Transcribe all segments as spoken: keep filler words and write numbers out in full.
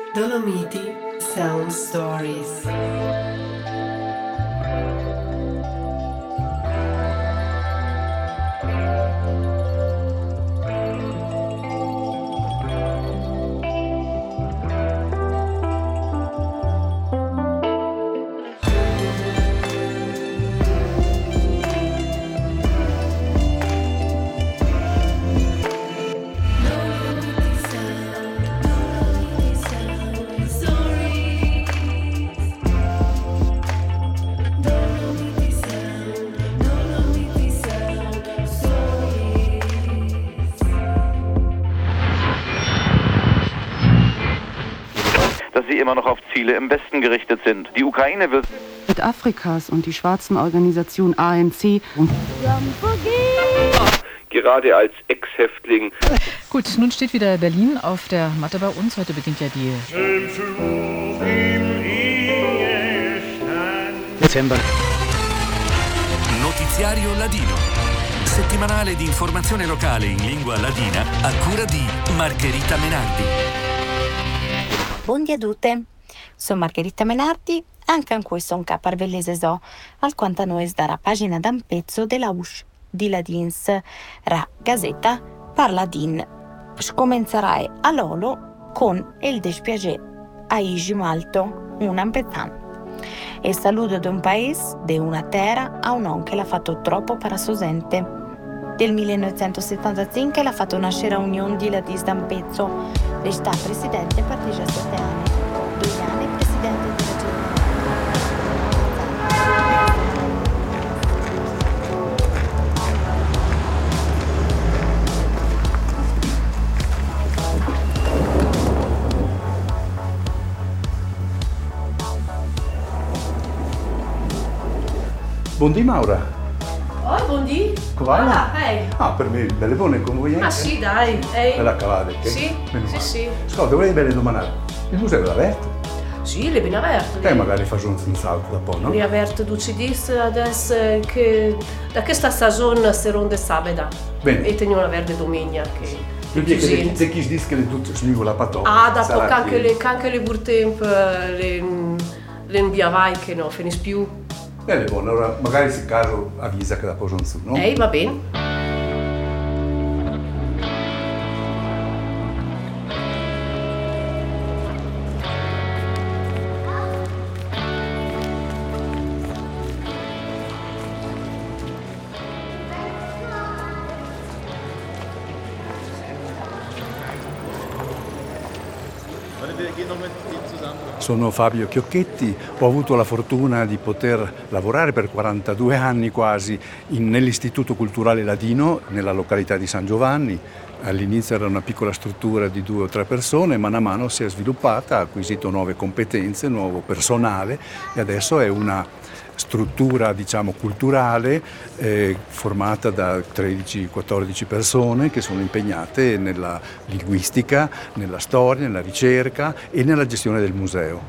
Dolomiti Sound Stories. immer noch auf Ziele im Westen gerichtet sind. Die Ukraine wird Südafrikas und die schwarzen Organisation A N C und gerade als Ex-Häftling. Gut, nun steht wieder Berlin auf der Matte bei uns. Heute beginnt ja die Dezember. Notiziario Ladino. Settimanale di informazione locale in lingua ladina a cura di Margherita Menardi. Buongiorno a tutti, sono Margherita Menardi, anche in questo un capo arvellese so, al quanto noi dalla pagina d'un pezzo della U S di Ladins, la Gazzetta par Ladin. Scomincerai all'olo con il dispiacere a Igi Malto, un ampetan. E saluto di un paese, di una terra, a un on che l'ha fatto troppo per assosente. Del millenovecentosettantacinque l'ha fatto nascere Unione di Ladis d'un pezzo. Lei sta presidente per diciassette anni, due anni presidente della Buondì Maura. Oh, buondì. Come va? Ah, ehi. Ah, per me belle buone convoglianze. Ah sì, dai. Ehi. Per la cavale, che? Sì, Meno sì, male. sì. Ascolta, volevo bene domandare. Il museo è aperto? Sì, è ben aperto. E magari fa un salto da po', no? È aperto, tu ci dici adesso che da questa stagione si ronde sabato. Bene. E teniamo una verde domenica che Perché che se chi dice che le tutte sono la patò. Ah, da poco anche le anche le burtemp le le inviavai che no, finis più. Bene, buono, allora magari se caso avvisa che la posano su, no? Ehi, va bene. Sono Fabio Chiocchetti, ho avuto la fortuna di poter lavorare per quarantadue anni quasi in, nell'Istituto Culturale Ladino, nella località di San Giovanni. All'inizio era una piccola struttura di due o tre persone, man a mano si è sviluppata, ha acquisito nuove competenze, nuovo personale e adesso è una struttura, diciamo, culturale eh, formata da tredici quattordici persone che sono impegnate nella linguistica, nella storia, nella ricerca e nella gestione del museo.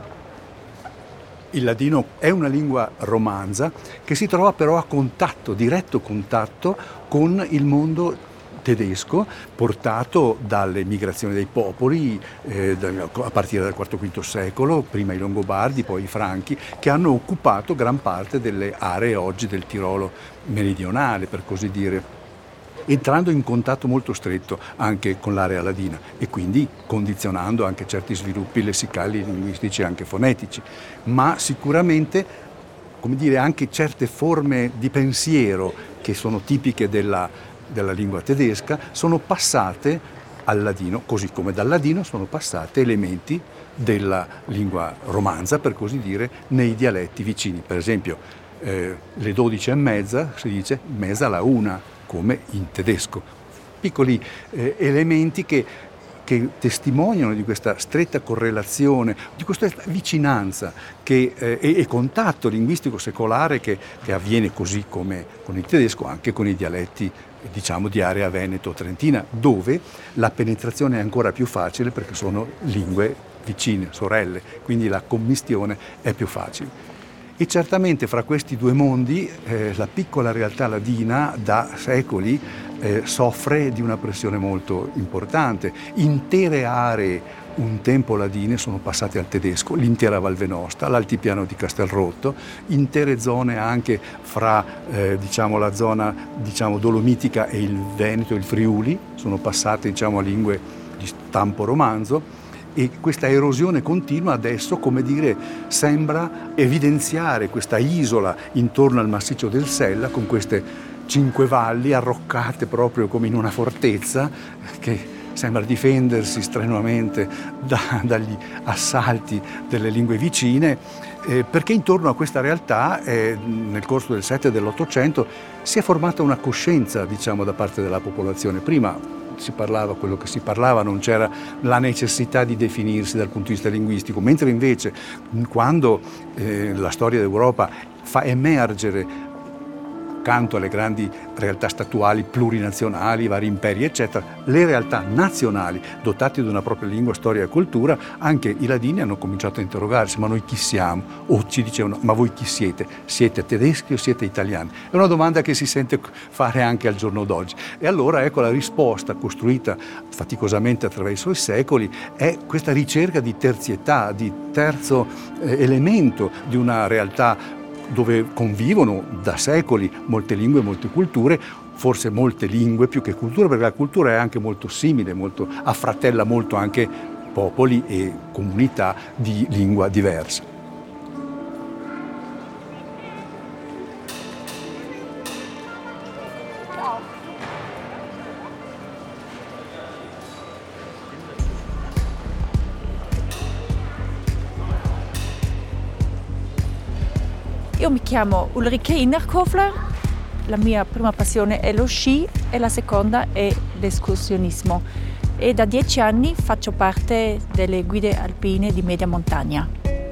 Il ladino è una lingua romanza che si trova però a contatto, diretto contatto con il mondo tedesco portato dalle migrazioni dei popoli eh, a partire dal quarto quinto secolo, prima i Longobardi, poi i Franchi, che hanno occupato gran parte delle aree oggi del Tirolo meridionale, per così dire, entrando in contatto molto stretto anche con l'area ladina e quindi condizionando anche certi sviluppi lessicali, linguistici e anche fonetici, ma sicuramente, come dire, anche certe forme di pensiero che sono tipiche della della lingua tedesca sono passate al ladino, così come dal ladino sono passate elementi della lingua romanza, per così dire, nei dialetti vicini. Per esempio, eh, le dodici e mezza si dice mezza la una, come in tedesco. Piccoli eh, elementi che che testimoniano di questa stretta correlazione, di questa vicinanza che, eh, e, e contatto linguistico secolare che, che avviene così come con il tedesco, anche con i dialetti, diciamo, di area veneto-trentina, dove la penetrazione è ancora più facile perché sono lingue vicine, sorelle, quindi la commistione è più facile. E certamente fra questi due mondi eh, la piccola realtà ladina da secoli eh, soffre di una pressione molto importante. Intere aree un tempo ladine sono passate al tedesco, l'intera Val Venosta, l'altipiano di Castelrotto, intere zone anche fra eh, diciamo, la zona diciamo, dolomitica e il Veneto, il Friuli, sono passate diciamo, a lingue di stampo romanzo, e questa erosione continua adesso, come dire, sembra evidenziare questa isola intorno al massiccio del Sella con queste cinque valli arroccate proprio come in una fortezza che sembra difendersi strenuamente da, dagli assalti delle lingue vicine, eh, perché intorno a questa realtà eh, nel corso del sette e dell'Ottocento si è formata una coscienza, diciamo, da parte della popolazione. Prima si parlava quello che si parlava, non c'era la necessità di definirsi dal punto di vista linguistico, mentre invece quando eh, la storia d'Europa fa emergere, accanto alle grandi realtà statuali plurinazionali, vari imperi eccetera, le realtà nazionali dotate di una propria lingua, storia e cultura, anche i ladini hanno cominciato a interrogarsi: ma noi chi siamo? O ci dicevano: ma voi chi siete? Siete tedeschi o siete italiani? È una domanda che si sente fare anche al giorno d'oggi. E allora ecco la risposta, costruita faticosamente attraverso i secoli, è questa ricerca di terzietà, di terzo eh, elemento di una realtà dove convivono da secoli molte lingue e molte culture, forse molte lingue più che culture, perché la cultura è anche molto simile, molto, affratella molto anche popoli e comunità di lingua diversa. Io mi chiamo Ulrike Innerkofler, la mia prima passione è lo sci e la seconda è l'escursionismo, e da dieci anni faccio parte delle guide alpine di media montagna.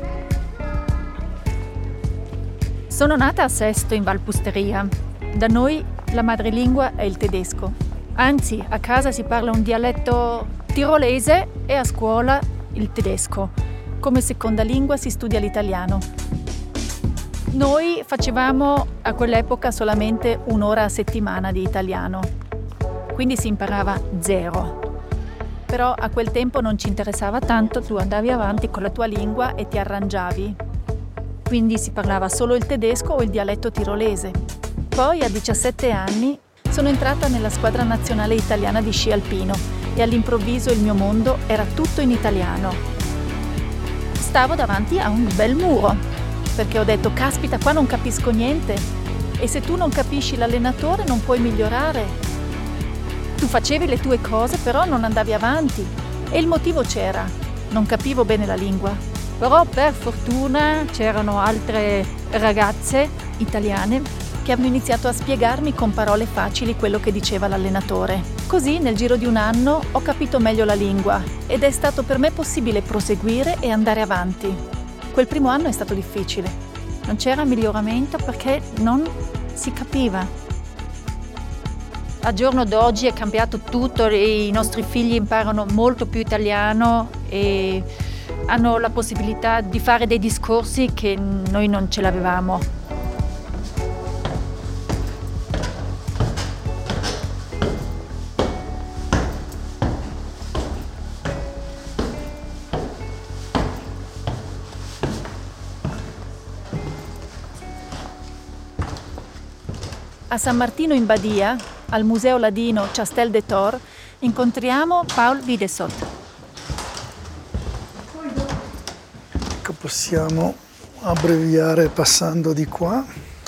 Sono nata a Sesto in Val Pusteria. Da noi la madrelingua è il tedesco, anzi a casa si parla un dialetto tirolese e a scuola il tedesco. Come seconda lingua si studia l'italiano. Noi facevamo a quell'epoca solamente un'ora a settimana di italiano, quindi si imparava zero. Però a quel tempo non ci interessava tanto, tu andavi avanti con la tua lingua e ti arrangiavi. Quindi si parlava solo il tedesco o il dialetto tirolese. Poi a diciassette anni sono entrata nella squadra nazionale italiana di sci alpino e all'improvviso il mio mondo era tutto in italiano. Stavo davanti a un bel muro, perché ho detto: caspita, qua non capisco niente, e se tu non capisci l'allenatore non puoi migliorare. Tu facevi le tue cose però non andavi avanti, e il motivo c'era: non capivo bene la lingua. Però per fortuna c'erano altre ragazze italiane che hanno iniziato a spiegarmi con parole facili quello che diceva l'allenatore. Così nel giro di un anno ho capito meglio la lingua ed è stato per me possibile proseguire e andare avanti. Quel primo anno è stato difficile, non c'era miglioramento perché non si capiva. A giorno d'oggi è cambiato tutto, i nostri figli imparano molto più italiano e hanno la possibilità di fare dei discorsi che noi non ce l'avevamo. A San Martino in Badia, al Museo Ladino Chastel de Tor, incontriamo Paul Videsot. Ecco, possiamo abbreviare passando di qua.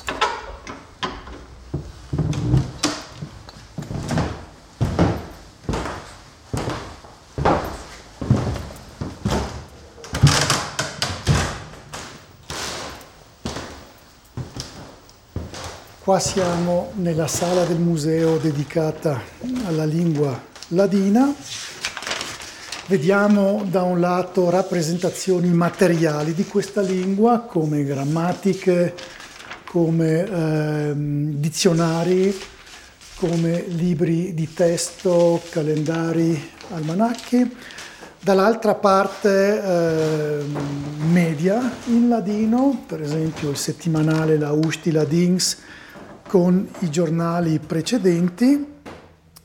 Qua siamo nella sala del museo dedicata alla lingua ladina. Vediamo da un lato rappresentazioni materiali di questa lingua, come grammatiche, come eh, dizionari, come libri di testo, calendari, almanacchi. Dall'altra parte eh, media in ladino, per esempio il settimanale La Ushti Ladins, con i giornali precedenti,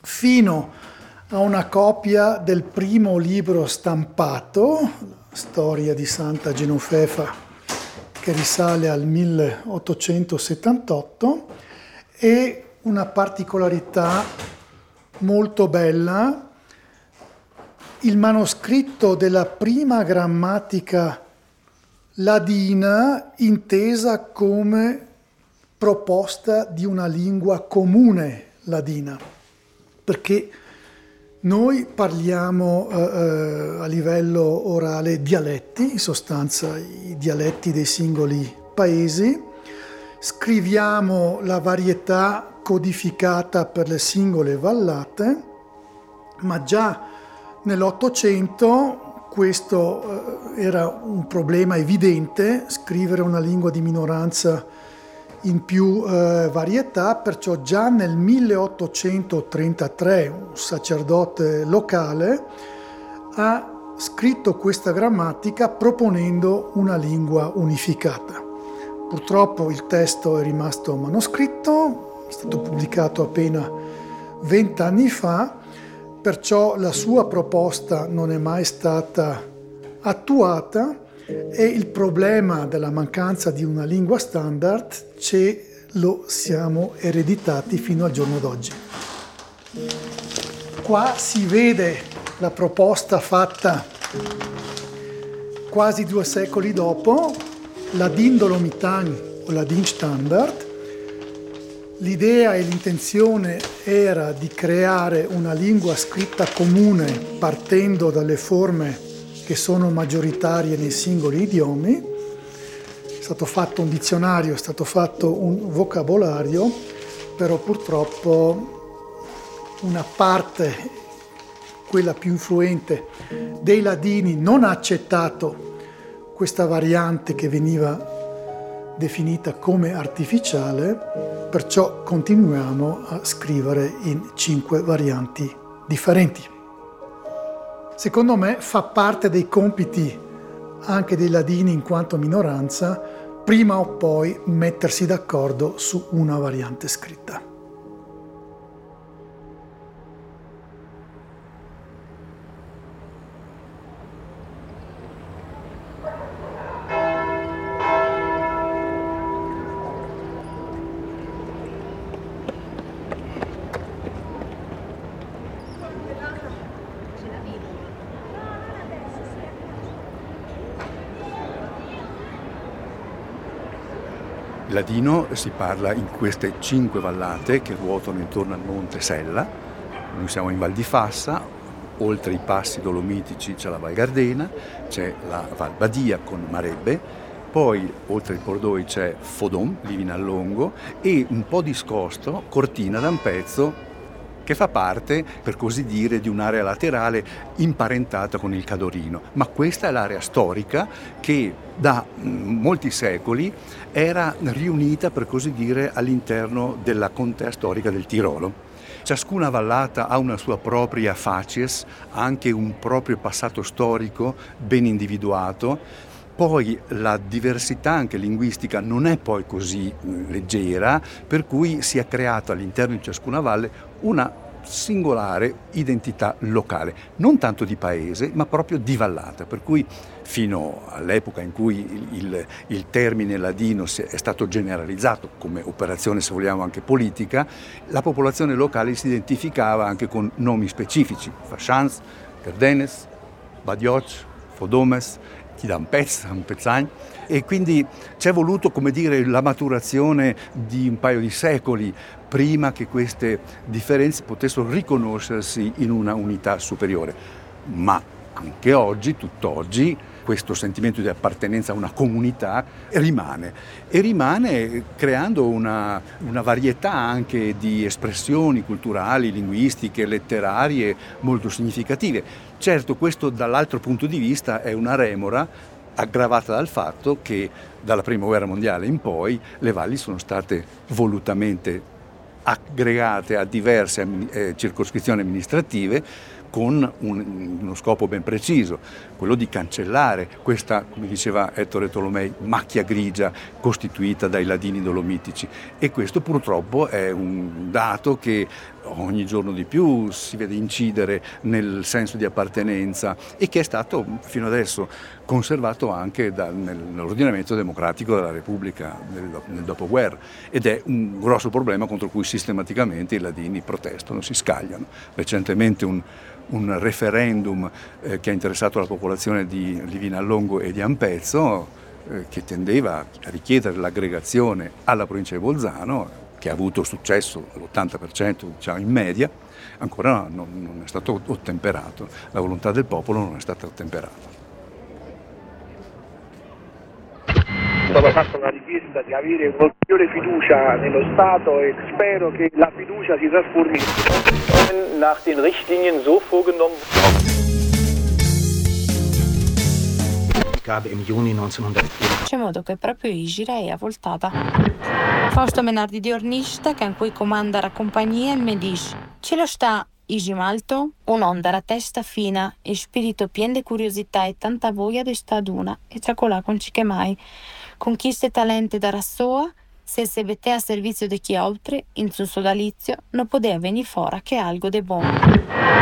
fino a una copia del primo libro stampato, Storia di Santa Genoveffa, che risale al milleottocentosettantotto, e una particolarità molto bella, il manoscritto della prima grammatica ladina intesa come proposta di una lingua comune ladina, perché noi parliamo eh, a livello orale dialetti, in sostanza i dialetti dei singoli paesi, scriviamo la varietà codificata per le singole vallate, ma già nell'Ottocento questo eh, era un problema evidente, scrivere una lingua di minoranza in più eh, varietà, perciò già nel milleottocentotrentatré un sacerdote locale ha scritto questa grammatica proponendo una lingua unificata. Purtroppo il testo è rimasto manoscritto, è stato pubblicato appena vent'anni fa, perciò la sua proposta non è mai stata attuata e il problema della mancanza di una lingua standard ce lo siamo ereditati fino al giorno d'oggi. Qua si vede la proposta fatta quasi due secoli dopo, Ladin Dolomitan o Ladin Standard. L'idea e l'intenzione era di creare una lingua scritta comune partendo dalle forme che sono maggioritarie nei singoli idiomi. È stato fatto un dizionario, è stato fatto un vocabolario, però purtroppo una parte, quella più influente, dei ladini non ha accettato questa variante che veniva definita come artificiale, perciò continuiamo a scrivere in cinque varianti differenti. Secondo me fa parte dei compiti anche dei ladini in quanto minoranza, prima o poi mettersi d'accordo su una variante scritta. Il ladino si parla in queste cinque vallate che ruotano intorno al monte Sella. Noi siamo in Val di Fassa, oltre i passi dolomitici c'è la Val Gardena, c'è la Val Badia con Marebbe, poi oltre il Pordoi c'è Fodon, Livinallongo, e un po' discosto Cortina d'Ampezzo, che fa parte, per così dire, di un'area laterale imparentata con il Cadorino. Ma questa è l'area storica che da molti secoli era riunita, per così dire, all'interno della contea storica del Tirolo. Ciascuna vallata ha una sua propria facies, anche un proprio passato storico ben individuato. Poi la diversità anche linguistica non è poi così leggera, per cui si è creata all'interno di ciascuna valle una singolare identità locale, non tanto di paese, ma proprio di vallata, per cui fino all'epoca in cui il, il, il termine ladino è stato generalizzato come operazione, se vogliamo, anche politica, la popolazione locale si identificava anche con nomi specifici, Fascians, Cardenes, Badioc, Fodomes, Chidampez, Ampezagn, e quindi c'è voluto, come dire, la maturazione di un paio di secoli prima che queste differenze potessero riconoscersi in una unità superiore. Ma anche oggi, tutt'oggi, questo sentimento di appartenenza a una comunità rimane e rimane creando una, una varietà anche di espressioni culturali, linguistiche, letterarie molto significative. Certo, questo dall'altro punto di vista è una remora aggravata dal fatto che dalla Prima Guerra Mondiale in poi le valli sono state volutamente aggregate a diverse eh, circoscrizioni amministrative con un, uno scopo ben preciso, quello di cancellare questa, come diceva Ettore Tolomei, macchia grigia costituita dai ladini dolomitici. E questo purtroppo è un dato che ogni giorno di più si vede incidere nel senso di appartenenza e che è stato fino adesso conservato anche da, nell'ordinamento democratico della Repubblica nel, nel dopoguerra, ed è un grosso problema contro cui sistematicamente i ladini protestano, si scagliano. Recentemente un, un referendum eh, che ha interessato la popolazione di Livinallongo e di Ampezzo, eh, che tendeva a richiedere l'aggregazione alla provincia di Bolzano, che ha avuto successo all'ottanta per cento, diciamo, in media, ancora non, non è stato ottemperato. La volontà del popolo non è stata ottemperata. È stata fatta una richiesta di avere un'ulteriore fiducia nello Stato e spero che la fiducia si trasformi nach den Richtlinien so vorgenommen. Im Juni millenovecentoventi. C'è modo che proprio Igira è avvoltata. Fausto Menardi di Ornista, che in cui comanda la compagnia, mi dice: ce lo sta Igimalto, un'onda a testa fina e spirito pieno di curiosità e tanta voglia di sta ad una e ciacolà con ciche mai. Conquiste talente da rassoa, se se vette a servizio di chi altri, in suo sodalizio, non poteva venire fuori che algo de buono.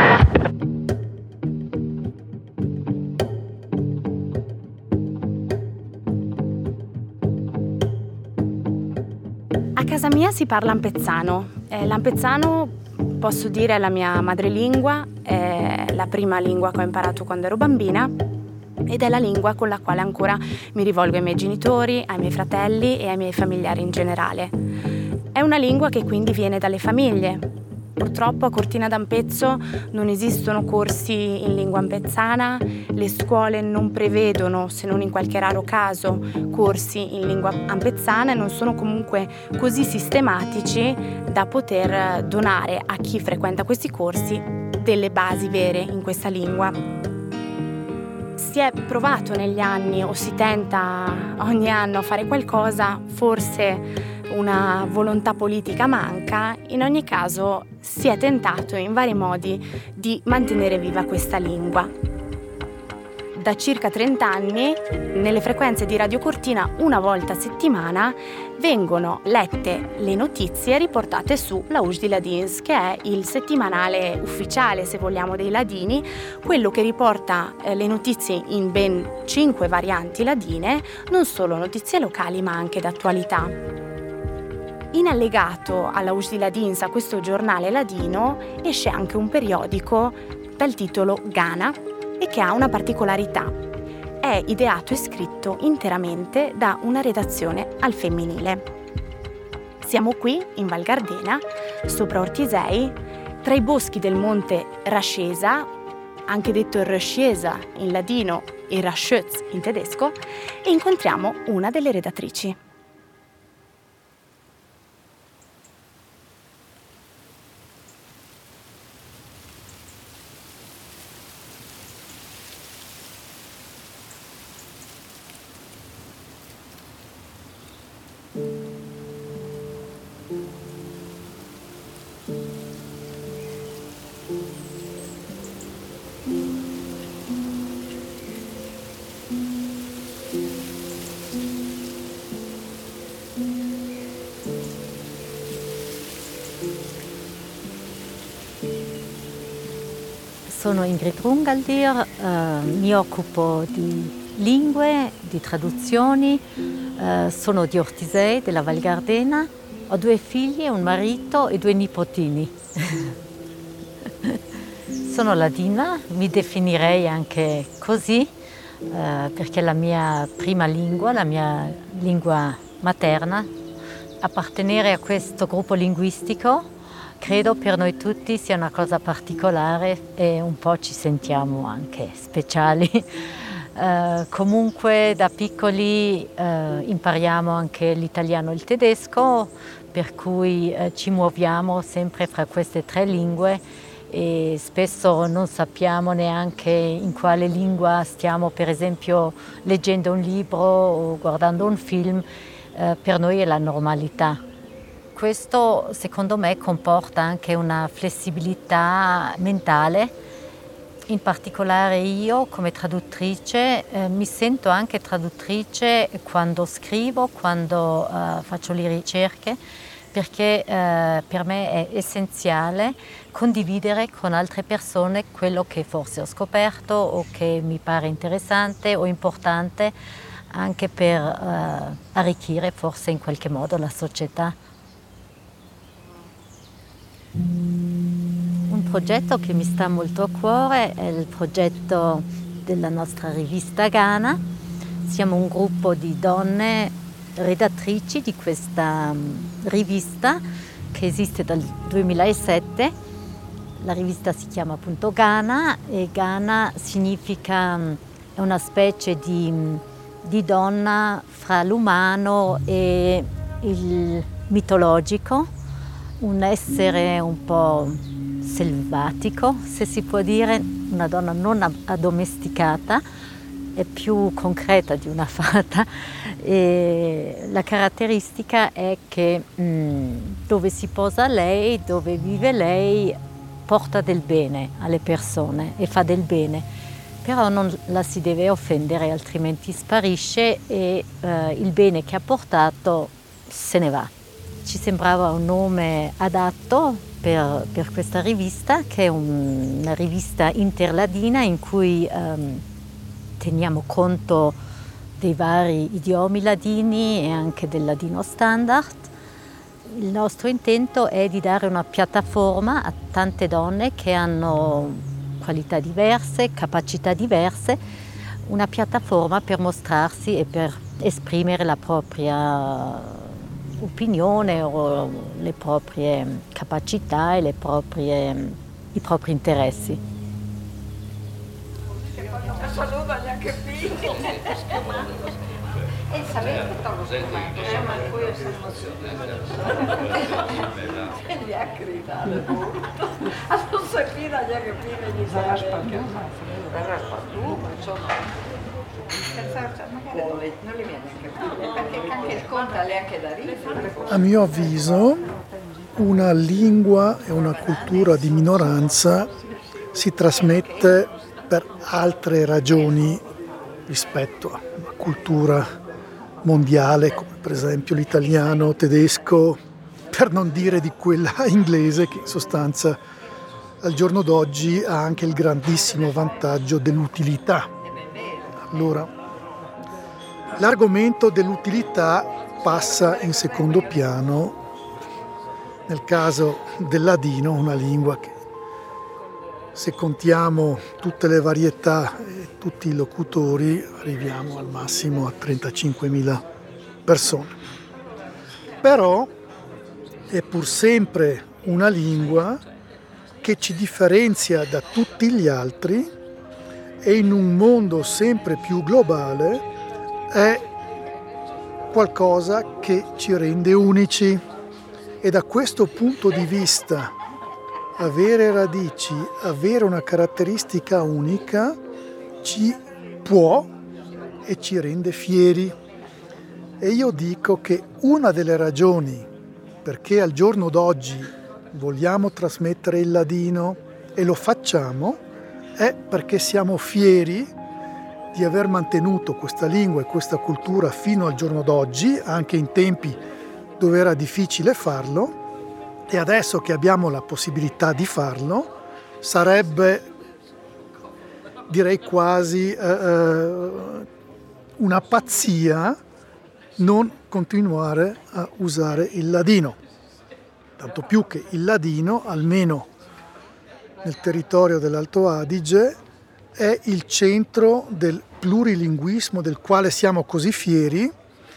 A casa mia si parla ampezzano. Eh, l'ampezzano, posso dire, è la mia madrelingua, è la prima lingua che ho imparato quando ero bambina ed è la lingua con la quale ancora mi rivolgo ai miei genitori, ai miei fratelli e ai miei familiari in generale. È una lingua che quindi viene dalle famiglie. Purtroppo a Cortina d'Ampezzo non esistono corsi in lingua ampezzana, le scuole non prevedono, se non in qualche raro caso, corsi in lingua ampezzana e non sono comunque così sistematici da poter donare a chi frequenta questi corsi delle basi vere in questa lingua. Si è provato negli anni o si tenta ogni anno a fare qualcosa, forse una volontà politica manca, in ogni caso si è tentato in vari modi di mantenere viva questa lingua. Da circa trenta anni, nelle frequenze di Radio Cortina, una volta a settimana, vengono lette le notizie riportate su La Uix di Ladins, che è il settimanale ufficiale, se vogliamo, dei ladini, quello che riporta eh, le notizie in ben cinque varianti ladine, non solo notizie locali ma anche d'attualità. In allegato alla Uix di Ladins, a questo giornale ladino, esce anche un periodico dal titolo Ghana e che ha una particolarità. È ideato e scritto interamente da una redazione al femminile. Siamo qui in Val Gardena, sopra Ortisei, tra i boschi del monte Rascesa, anche detto Rascesa in ladino e Raschötz in tedesco, e incontriamo una delle redattrici. Sono Ingrid Rungaldir, eh, mi occupo di lingue, di traduzioni, eh, sono di Ortisei, della Val Gardena, ho due figli, un marito e due nipotini. Sono ladina, mi definirei anche così, eh, perché è la mia prima lingua, la mia lingua materna. Appartenere a questo gruppo linguistico credo per noi tutti sia una cosa particolare e un po' ci sentiamo anche speciali. Eh, comunque da piccoli eh, impariamo anche l'italiano e il tedesco, per cui eh, ci muoviamo sempre fra queste tre lingue e spesso non sappiamo neanche in quale lingua stiamo, per esempio leggendo un libro o guardando un film, eh, per noi è la normalità. Questo secondo me comporta anche una flessibilità mentale, in particolare io come traduttrice eh, mi sento anche traduttrice quando scrivo, quando eh, faccio le ricerche, perché eh, per me è essenziale condividere con altre persone quello che forse ho scoperto o che mi pare interessante o importante, anche per eh, arricchire forse in qualche modo la società. Un progetto che mi sta molto a cuore è il progetto della nostra rivista Ghana. Siamo un gruppo di donne redattrici di questa rivista che esiste dal duemilasette. La rivista si chiama appunto Ghana e Ghana significa, è una specie di, di donna fra l'umano e il mitologico, un essere un po' selvatico, se si può dire, una donna non addomesticata, è più concreta di una fata. E la caratteristica è che mh, dove si posa lei, dove vive lei, porta del bene alle persone e fa del bene, però non la si deve offendere, altrimenti sparisce e eh, il bene che ha portato se ne va. Ci sembrava un nome adatto per, per questa rivista, che è un, una rivista interladina in cui ehm, teniamo conto dei vari idiomi ladini e anche del ladino standard. Il nostro intento è di dare una piattaforma a tante donne che hanno qualità diverse, capacità diverse, una piattaforma per mostrarsi e per esprimere la propria opinione o le proprie capacità e le proprie, i propri interessi. Saluto anche figli. E sapete che lo strumento, siamo a cui e gli ha gridato molto. A non sapere anche figli gli sarà spaccato. Sarà spaccato, insomma. Magari non li viene anche figli, perché anche il conto è anche da ridere. A mio avviso, una lingua e una cultura di minoranza si trasmette per altre ragioni rispetto a una cultura mondiale, come per esempio l'italiano, tedesco, per non dire di quella inglese, che in sostanza al giorno d'oggi ha anche il grandissimo vantaggio dell'utilità. Allora, l'argomento dell'utilità passa in secondo piano nel caso del ladino, una lingua che, se contiamo tutte le varietà e tutti i locutori, arriviamo al massimo a trentacinquemila persone. Però è pur sempre una lingua che ci differenzia da tutti gli altri e in un mondo sempre più globale è qualcosa che ci rende unici. E da questo punto di vista avere radici, avere una caratteristica unica ci può e ci rende fieri. E io dico che una delle ragioni perché al giorno d'oggi vogliamo trasmettere il ladino e lo facciamo è perché siamo fieri di aver mantenuto questa lingua e questa cultura fino al giorno d'oggi, anche in tempi dove era difficile farlo. E adesso che abbiamo la possibilità di farlo, sarebbe, direi quasi, eh, una pazzia non continuare a usare il ladino. Tanto più che il ladino, almeno nel territorio dell'Alto Adige, è il centro del plurilinguismo del quale siamo così fieri.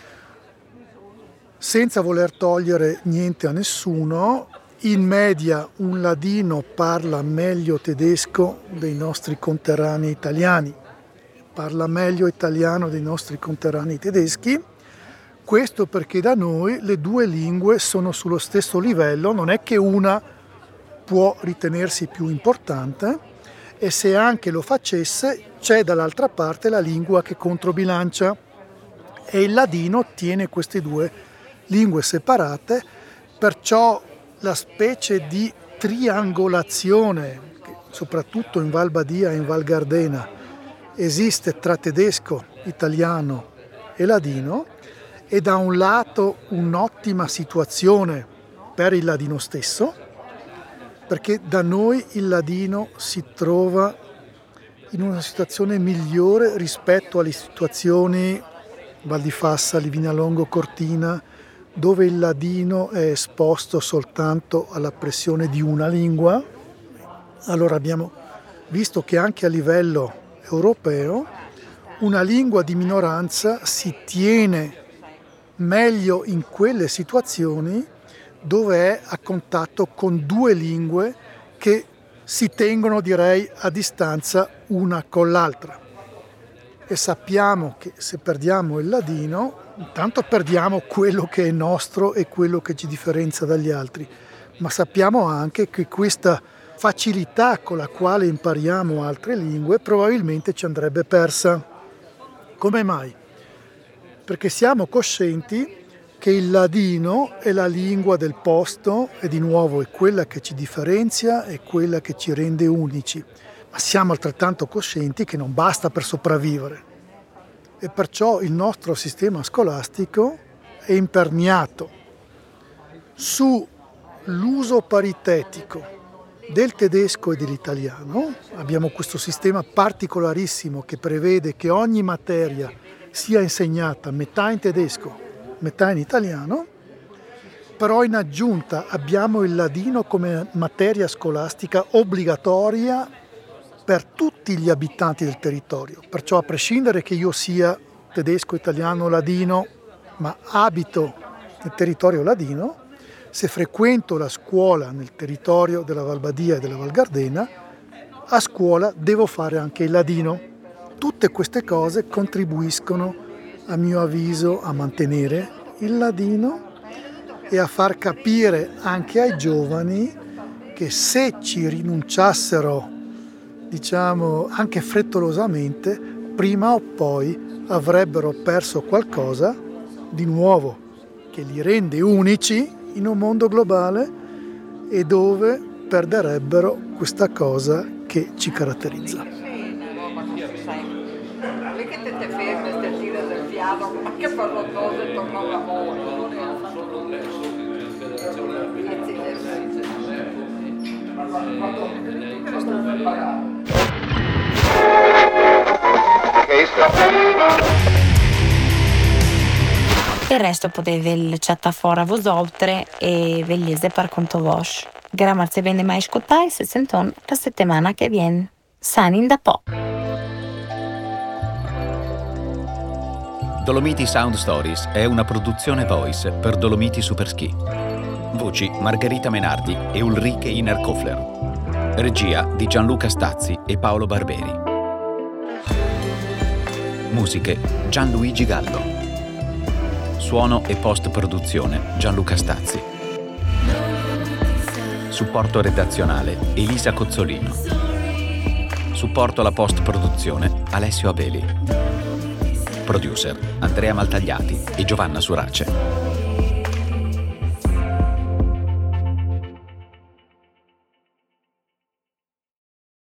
Senza voler togliere niente a nessuno, in media un ladino parla meglio tedesco dei nostri conterranei italiani, parla meglio italiano dei nostri conterranei tedeschi. Questo perché da noi le due lingue sono sullo stesso livello, non è che una può ritenersi più importante, e se anche lo facesse c'è dall'altra parte la lingua che controbilancia, e il ladino tiene queste due lingue separate, perciò la specie di triangolazione che soprattutto in Val Badia e in Val Gardena esiste tra tedesco, italiano e ladino è da un lato un'ottima situazione per il ladino stesso, perché da noi il ladino si trova in una situazione migliore rispetto alle situazioni Val di Fassa, Livinallongo, Cortina, dove il ladino è esposto soltanto alla pressione di una lingua. Allora abbiamo visto che anche a livello europeo una lingua di minoranza si tiene meglio in quelle situazioni dove è a contatto con due lingue che si tengono, direi, a distanza una con l'altra. E sappiamo che se perdiamo il ladino, intanto perdiamo quello che è nostro e quello che ci differenzia dagli altri, ma sappiamo anche che questa facilità con la quale impariamo altre lingue probabilmente ci andrebbe persa. Come mai? Perché siamo coscienti che il ladino è la lingua del posto e di nuovo è quella che ci differenzia, è quella che ci rende unici, ma siamo altrettanto coscienti che non basta per sopravvivere e perciò il nostro sistema scolastico è imperniato sull'uso paritetico del tedesco e dell'italiano. Abbiamo questo sistema particolarissimo che prevede che ogni materia sia insegnata metà in tedesco, metà in italiano, però in aggiunta abbiamo il ladino come materia scolastica obbligatoria per tutti gli abitanti del territorio. Perciò a prescindere che io sia tedesco, italiano, ladino, ma abito nel territorio ladino, se frequento la scuola nel territorio della Val Badia e della Val Gardena, a scuola devo fare anche il ladino. Tutte queste cose contribuiscono, a mio avviso, a mantenere il ladino e a far capire anche ai giovani che se ci rinunciassero, diciamo anche frettolosamente, prima o poi avrebbero perso qualcosa di nuovo che li rende unici in un mondo globale e dove perderebbero questa cosa che ci caratterizza. Le che te ferme, te tira del piano, ma che fanno cose torno al lavoro. Il resto potete il chatta fora vos outre e vegliese par conto vos. Grazie bene mai ascoltai, se senton la settimana che viene. Sanin da po'. Dolomiti Sound Stories è una produzione Voice per Dolomiti Superski. Voci Margherita Menardi e Ulrike Iner-Kofler. Regia di Gianluca Stazzi e Paolo Barberi. Musiche Gianluigi Gallo. Suono e post-produzione Gianluca Stazzi. Supporto redazionale Elisa Cozzolino. Supporto alla post-produzione Alessio Abeli. Producer Andrea Maltagliati e Giovanna Surace.